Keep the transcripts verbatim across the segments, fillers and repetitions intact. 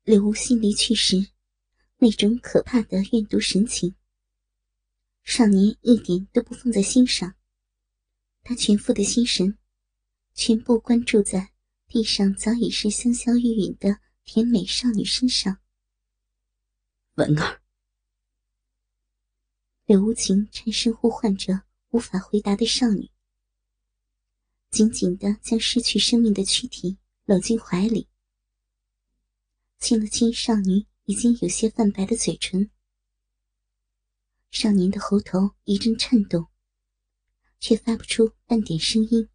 柳无心离去时那种可怕的怨毒神情，少年一点都不放在心上。他全副的心神全部关注在地上早已是香消玉殒的甜美少女身上。 文儿， 柳无情颤声呼唤着无法回答的少女，紧紧地将失去生命的躯体搂进怀里，亲了亲少女已经有些泛白的嘴唇。少年的喉头一阵颤动，却发不出半点声音。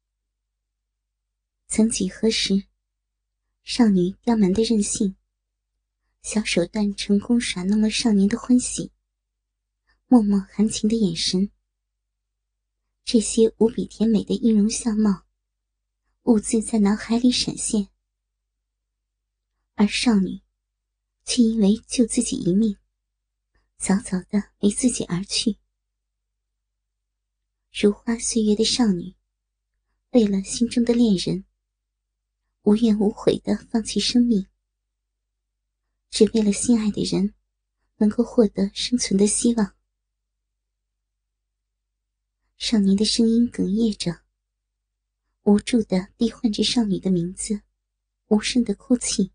曾几何时，少女刁蛮的任性，小手段成功耍弄了少年的欢喜，脉脉含情的眼神，这些无比甜美的音容笑貌兀自在脑海里闪现。而少女却因为救自己一命，早早地离自己而去。如花岁月的少女，为了心中的恋人，无怨无悔地放弃生命，只为了心爱的人能够获得生存的希望。少年的声音哽咽着，无助地低唤着少女的名字，无声地哭泣。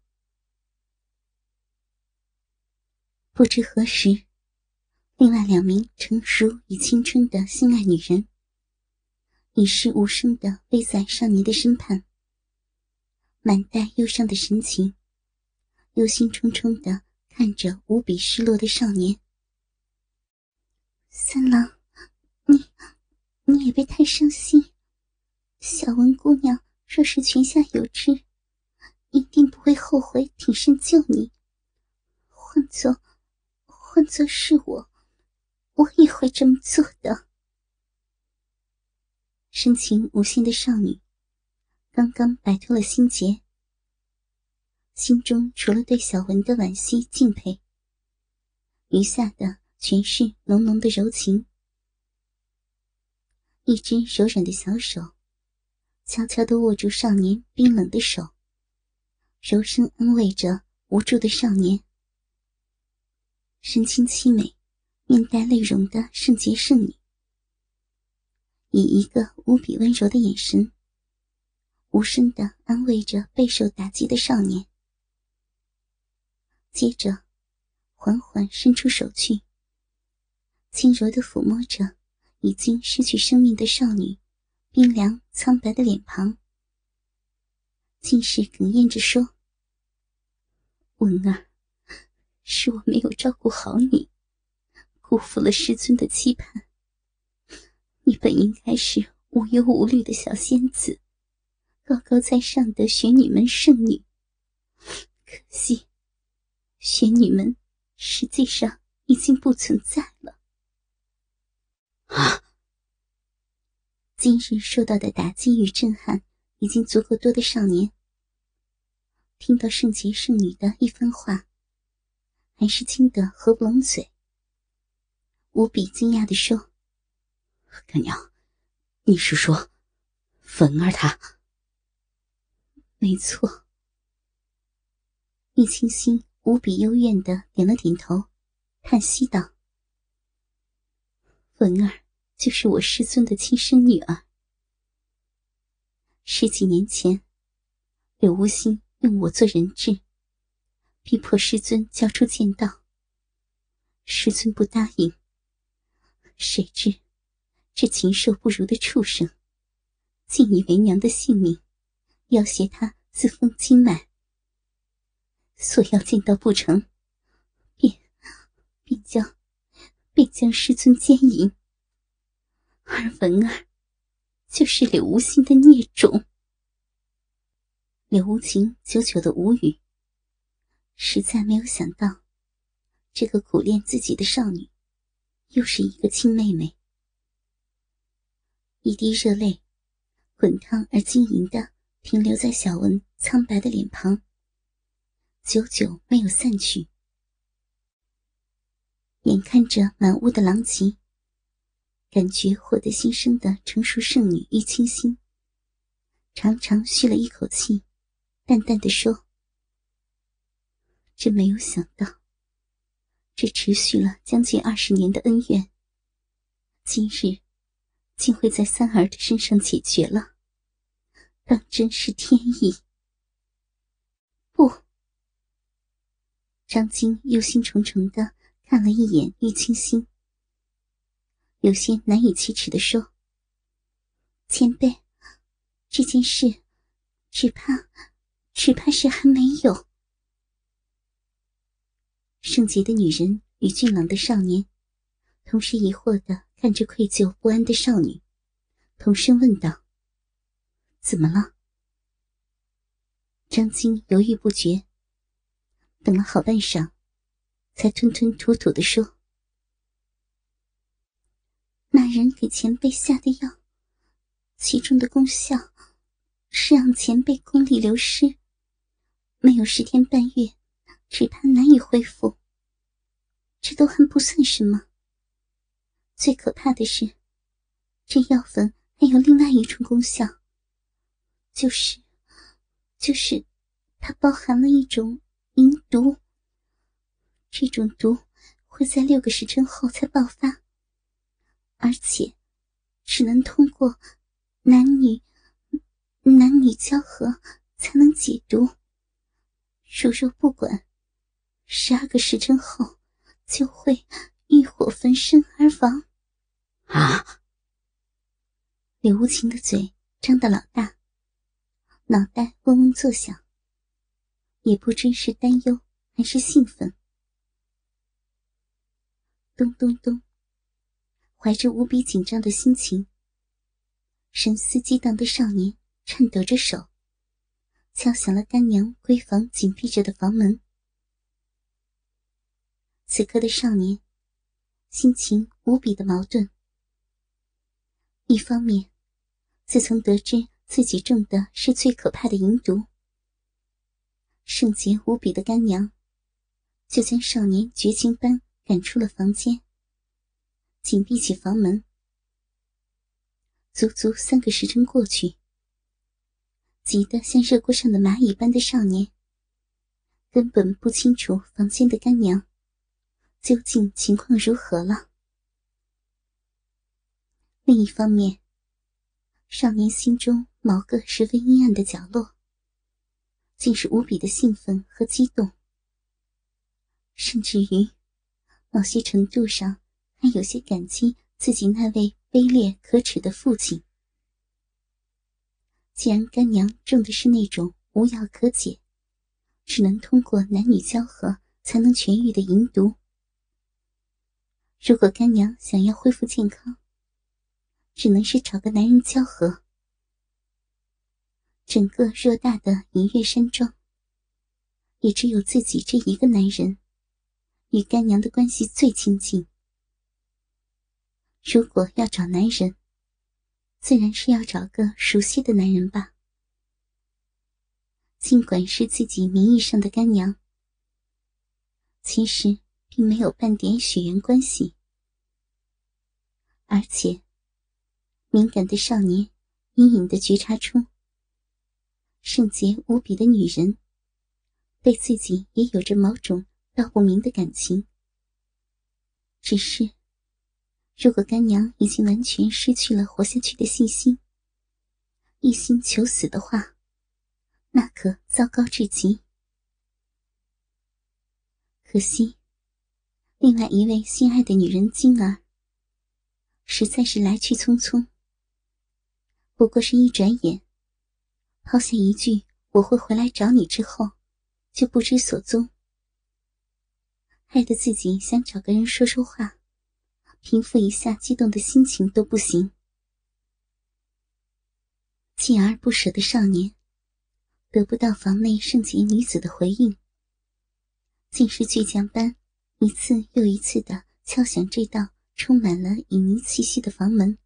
不知何时，另外两名成熟与青春的心爱女人已是无声地偎在少年的身畔，满带忧伤的神情，忧心忡忡地看着无比失落的少年。三郎，你你也别太伤心，小文姑娘若是泉下有知，一定不会后悔挺身救你。换作换作是我，我也会这么做的。深情无限的少女刚刚摆脱了心结，心中除了对小文的惋惜敬佩，余下的全是浓浓的柔情。一只柔软的小手悄悄地握住少年冰冷的手，柔声安慰着无助的少年。神情凄美，面带泪容的圣洁圣女，以一个无比温柔的眼神，无声地安慰着备受打击的少年。接着缓缓伸出手去，轻柔地抚摸着已经失去生命的少女冰凉苍白的脸庞，竟是哽咽着说：文儿，是我没有照顾好你，辜负了师尊的期盼。你本应该是无忧无虑的小仙子，高高在上的玄女门圣女，可惜玄女门实际上已经不存在了。 啊！ 今日受到的打击与震撼已经足够多的少年，听到圣洁圣女的一番话，还是惊得合不拢嘴，无比惊讶地说： 干娘，你是说文儿她？ 没错。玉清心无比幽怨地点了点头，叹息道：文儿就是我师尊的亲生女儿。十几年前，柳无心用我做人质，逼迫师尊交出剑道。师尊不答应，谁知这禽兽不如的畜生竟以为娘的性命要挟他自封经脉，索要剑道不成，便便将便将师尊奸淫。而文儿就是柳无心的孽种。柳无情久久的无语，实在没有想到这个苦恋自己的少女又是一个亲妹妹。一滴热泪滚烫而晶莹地停留在小文苍白的脸庞，久久没有散去。眼看着满屋的狼藉，感觉获得新生的成熟圣女玉清心长长吁了一口气，淡淡地说： 真没有想到，这持续了将近二十年的恩怨，今日竟会在三儿的身上解决了，当真是天意。不！张晶忧心忡忡地看了一眼玉清心，有些难以启齿地说：“前辈，这件事只怕只怕是还没有。”圣洁的女人与俊朗的少年同时疑惑地看着愧疚不安的少女，同声问道：“怎么了？”张晶犹豫不决，等了好半晌，才吞吞吐吐地说：“那人给前辈下的药，其中的功效是让前辈功力流失，没有十天半月，只怕难以恢复。这都还不算什么，最可怕的是，这药粉还有另外一种功效，就是就是它包含了一种银毒。这种毒会在六个时辰后才爆发，而且只能通过男女男女交合才能解毒。如若不管，十二个时辰后就会欲火焚身而亡。” 啊！ 柳无情的嘴张得老大，脑袋嗡嗡作响，也不知是担忧还是兴奋。咚咚咚，怀着无比紧张的心情，神思激荡的少年颤抖着手，敲响了干娘闺房紧闭着的房门。此刻的少年心情无比的矛盾，一方面自从得知自己中的是最可怕的银毒，圣洁无比的干娘就将少年绝情般赶出了房间，紧闭起房门。足足三个时辰过去，急得像热锅上的蚂蚁般的少年根本不清楚房间的干娘究竟情况如何了。另一方面，少年心中某个十分阴暗的角落竟是无比的兴奋和激动，甚至于某些程度上还有些感激自己那位卑劣可耻的父亲。既然干娘中的是那种无药可解，只能通过男女交合才能痊愈的银毒，如果干娘想要恢复健康，只能是找个男人交合。整个偌大的银月山庄，也只有自己这一个男人与干娘的关系最亲近。如果要找男人，自然是要找个熟悉的男人吧。尽管是自己名义上的干娘，其实并没有半点血缘关系。而且敏感的少年隐隐地觉察出，圣洁无比的女人对自己也有着某种道不明的感情。只是如果干娘已经完全失去了活下去的信心，一心求死的话，那可糟糕至极。可惜另外一位心爱的女人晶儿实在是来去匆匆，不过是一转眼，抛下一句我会回来找你之后就不知所踪，害得自己想找个人说说话，平复一下激动的心情都不行。锲而不舍的少年得不到房内圣洁女子的回应，竟是倔强般一次又一次地敲响这道充满了旖旎气息的房门。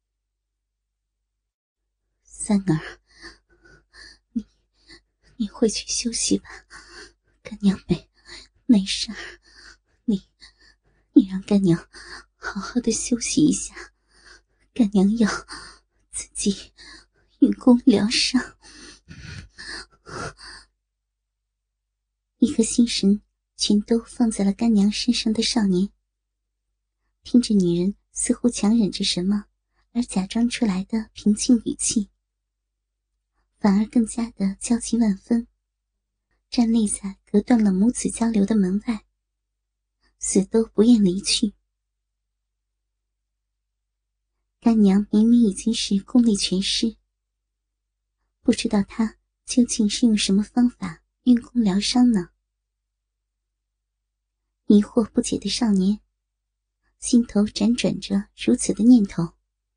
三儿，你你回去休息吧，干娘没没事儿，你你让干娘好好的休息一下，干娘要自己运功疗伤。一颗心神全都放在了干娘身上的少年，听着女人似乎强忍着什么而假装出来的平静语气，反而更加的焦急万分，站立在隔断了母子交流的门外，死都不愿离去。干娘明明已经是功力全失，不知道她究竟是用什么方法运功疗伤呢？疑惑不解的少年心头辗转着如此的念头。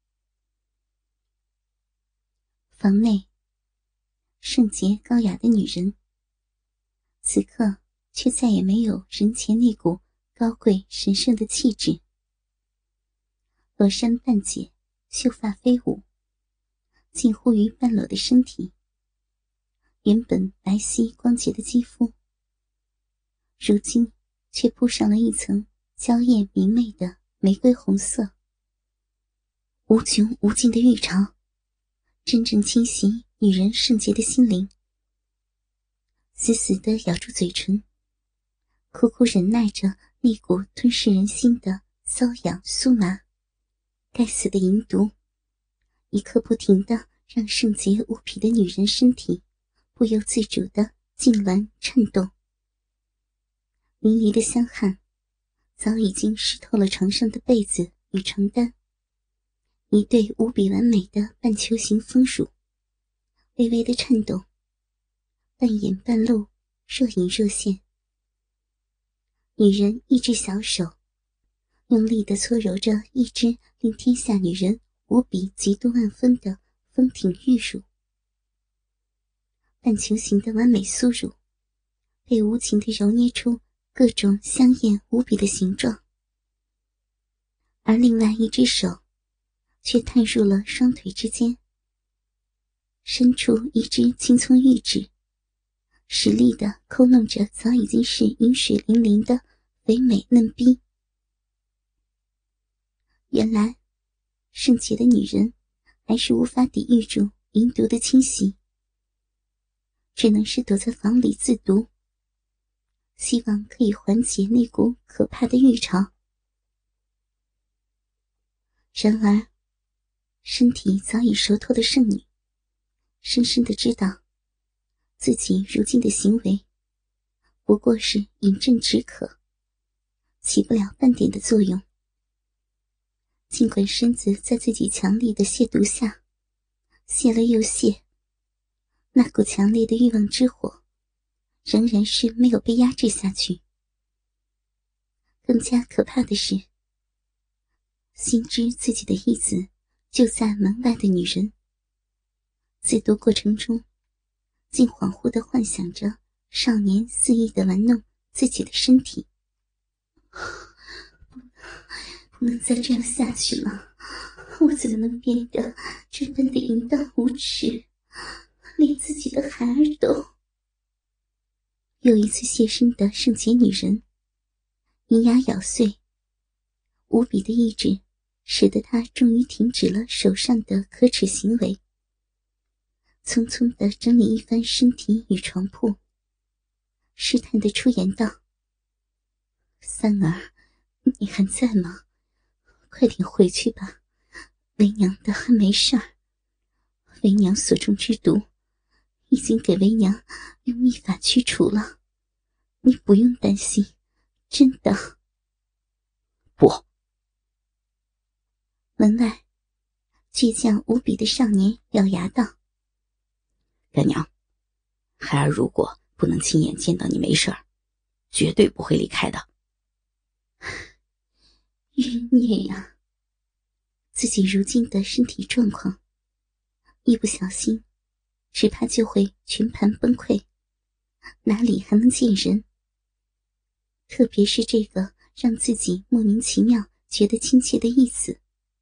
房内，圣洁高雅的女人，此刻却再也没有人前那股高贵神圣的气质。裸衫半解，秀发飞舞，近乎于半裸的身体，原本白皙光洁的肌肤，如今却铺上了一层娇艳明媚的玫瑰红色。无穷无尽的欲潮真正侵袭女人圣洁的心灵，死死地咬住嘴唇，苦苦忍耐着那股吞噬人心的瘙痒酥麻。该死的淫毒一刻不停地让圣洁无匹的女人身体不由自主地痉挛颤动。淋漓的香汗早已经湿透了床上的被子与床单，一对无比完美的半球形丰乳微微的颤动，半掩半露，若隐若现。女人一只小手用力地搓揉着一只令天下女人无比嫉妒万分的丰挺玉乳，半球形的完美酥乳被无情地揉捏出各种香艳无比的形状，而另外一只手却探入了双腿之间，伸出一只青葱玉指，使力地抠弄着早已经是饮水淋淋的肥美嫩逼。原来圣洁的女人还是无法抵御住淫毒的侵袭，只能是躲在房里自毒，希望可以缓解那股可怕的欲潮。然而身体早已熟透的圣女深深地知道自己如今的行为不过是饮鸩止渴，起不了半点的作用。尽管身子在自己强力的亵渎下泄了又泄，那股强烈的欲望之火仍然是没有被压制下去。更加可怕的是，心知自己的义子就在门外的女人，自读过程中竟恍惚地幻想着少年肆意地玩弄自己的身体。不能再这样下去了，我怎么能变得这般的淫荡无耻，连自己的孩儿都……又一次现身的圣洁女人，银牙咬碎，无比的意志使得她终于停止了手上的可耻行为，匆匆地整理一番身体与床铺，试探地出言道：“三儿，你还在吗？快点回去吧，为娘的还没事儿。为娘所中之毒已经给为娘用秘法驱除了，你不用担心，真的。” 不。 门外倔强无比的少年咬牙道：“ 干娘，孩儿如果不能亲眼见到你没事儿，绝对不会离开的。” 冤孽呀！自己如今的身体状况，一不小心只怕就会全盘崩溃，哪里还能见人？特别是这个让自己莫名其妙觉得亲切的义子。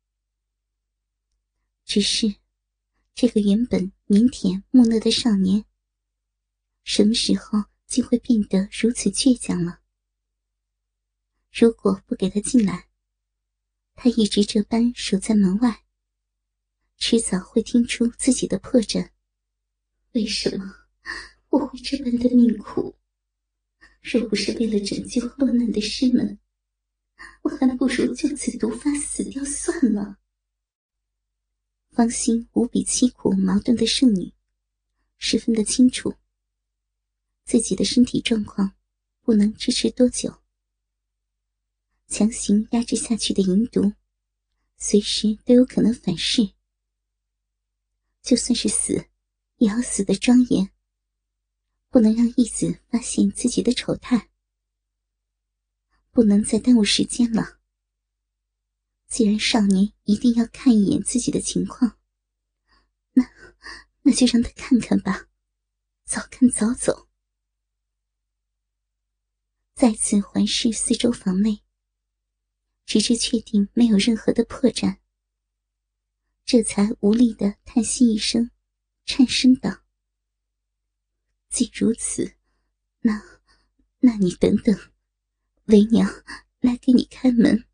只是这个原本腼腆木讷的少年，什么时候竟会变得如此倔强了？如果不给他进来，他一直这般守在门外，迟早会听出自己的破绽。为什么我会这般的命苦？ 若不是为了拯救落难的师们，我还不如就此毒发死掉算了。芳心无比凄苦矛盾的圣女，十分的清楚自己的身体状况不能支持多久，强行压制下去的淫毒随时都有可能反噬，就算是死也要死得庄严，不能让义子发现自己的丑态，不能再耽误时间了。既然少年一定要看一眼自己的情况，那那就让他看看吧，早看早走。再次环视四周房内，直至确定没有任何的破绽，这才无力地叹息一声，颤声道：既如此，那那你等等，为娘来给你开门。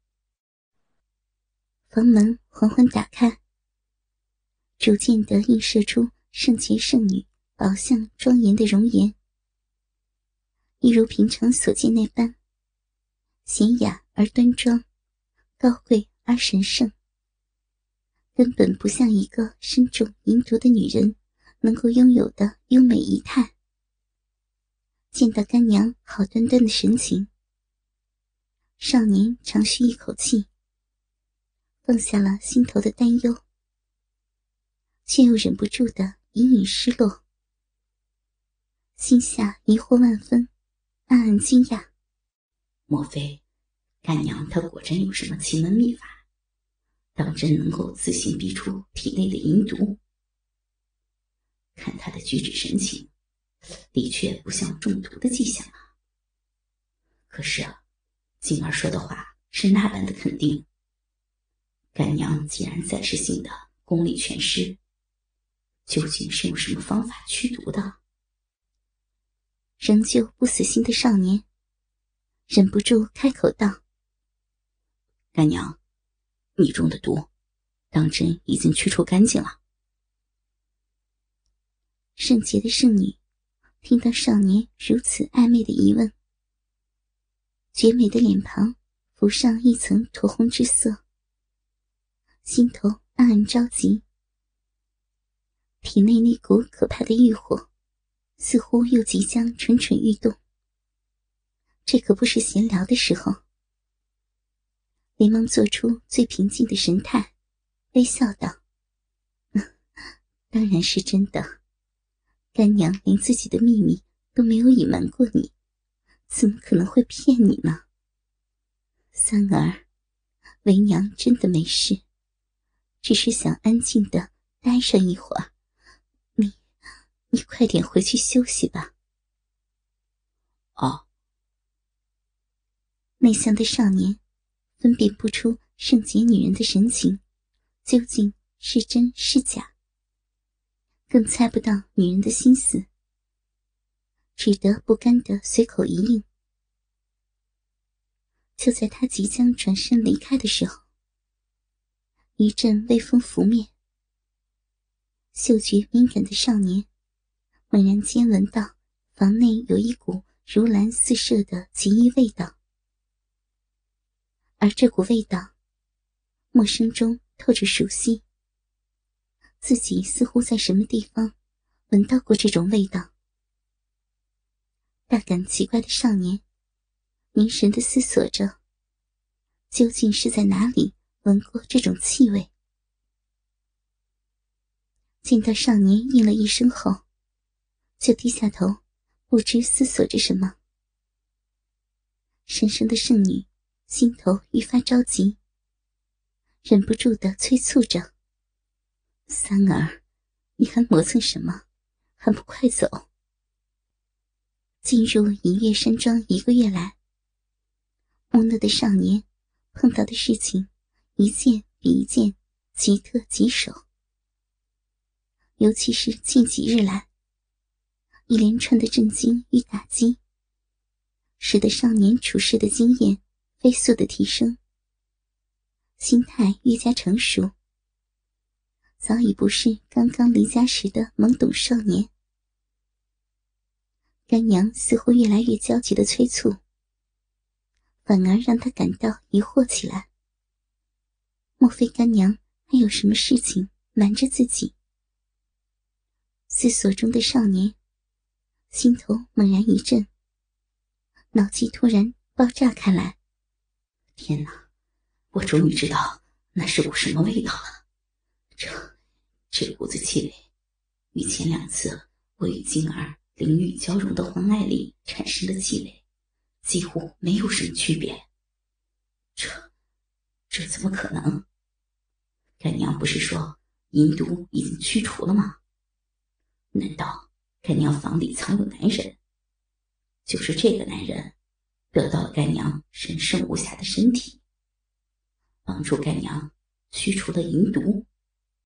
房门缓缓打开，逐渐地映射出圣洁圣女宝相庄严的容颜，一如平常所见那般娴雅而端庄，高贵而神圣，根本不像一个身中淫毒的女人能够拥有的优美仪态。见到干娘好端端的神情，少年长吁一口气，放下了心头的担忧，却又忍不住的隐隐失落，心下疑惑万分，暗暗惊讶， 莫非干娘她果真有什么奇门秘法，当真能够自行逼出体内的淫毒？看她的举止神情，的确不像中毒的迹象啊。可是啊，静儿说的话是那般的肯定。干娘既然暂时性的功力全失，究竟是用什么方法驱毒的？ 仍旧不死心的少年忍不住开口道： 干娘，你中的毒当真已经驱除干净了？ 圣洁的圣女听到少年如此暧昧的疑问，绝美的脸庞浮上一层酡红之色，心头暗暗着急，体内那股可怕的欲火似乎又即将蠢蠢欲动。这可不是闲聊的时候，连忙做出最平静的神态，微笑道：当然是真的，干娘连自己的秘密都没有隐瞒过你，怎么可能会骗你呢？三儿，为娘真的没事，只是想安静地待上一会儿，你你快点回去休息吧。 哦。 内向的少年分辨不出圣洁女人的神情究竟是真是假，更猜不到女人的心思，只得不甘地随口一应。就在他即将转身离开的时候，一阵微风拂面，嗅觉敏感的少年猛然间闻到房内有一股如兰四射的奇异味道，而这股味道陌生中透着熟悉，自己似乎在什么地方闻到过这种味道。大感奇怪的少年凝神地思索着，究竟是在哪里闻过这种气味。见到少年应了一声后，就低下头，不知思索着什么。神圣的圣女心头愈发着急，忍不住地催促着：三儿，你还磨蹭什么？还不快走！进入隐月山庄一个月来，木讷的少年碰到的事情一件比一件奇特棘手，尤其是近几日来，一连串的震惊与打击，使得少年处事的经验飞速的提升，心态愈加成熟，早已不是刚刚离家时的懵懂少年。 干娘似乎越来越焦急的催促，反而让他感到疑惑起来。莫非干娘还有什么事情瞒着自己？思索中的少年心头猛然一震，脑际突然爆炸开来。 天哪，我终于知道那是股什么味道了。这这股子气味与前两次我与静儿淋浴交融的欢爱里产生的气味几乎没有什么区别。这这怎么可能？干娘不是说阴毒已经驱除了吗？难道干娘房里藏有男人？就是这个男人得到了干娘神圣无瑕的身体，帮助干娘驱除了阴毒。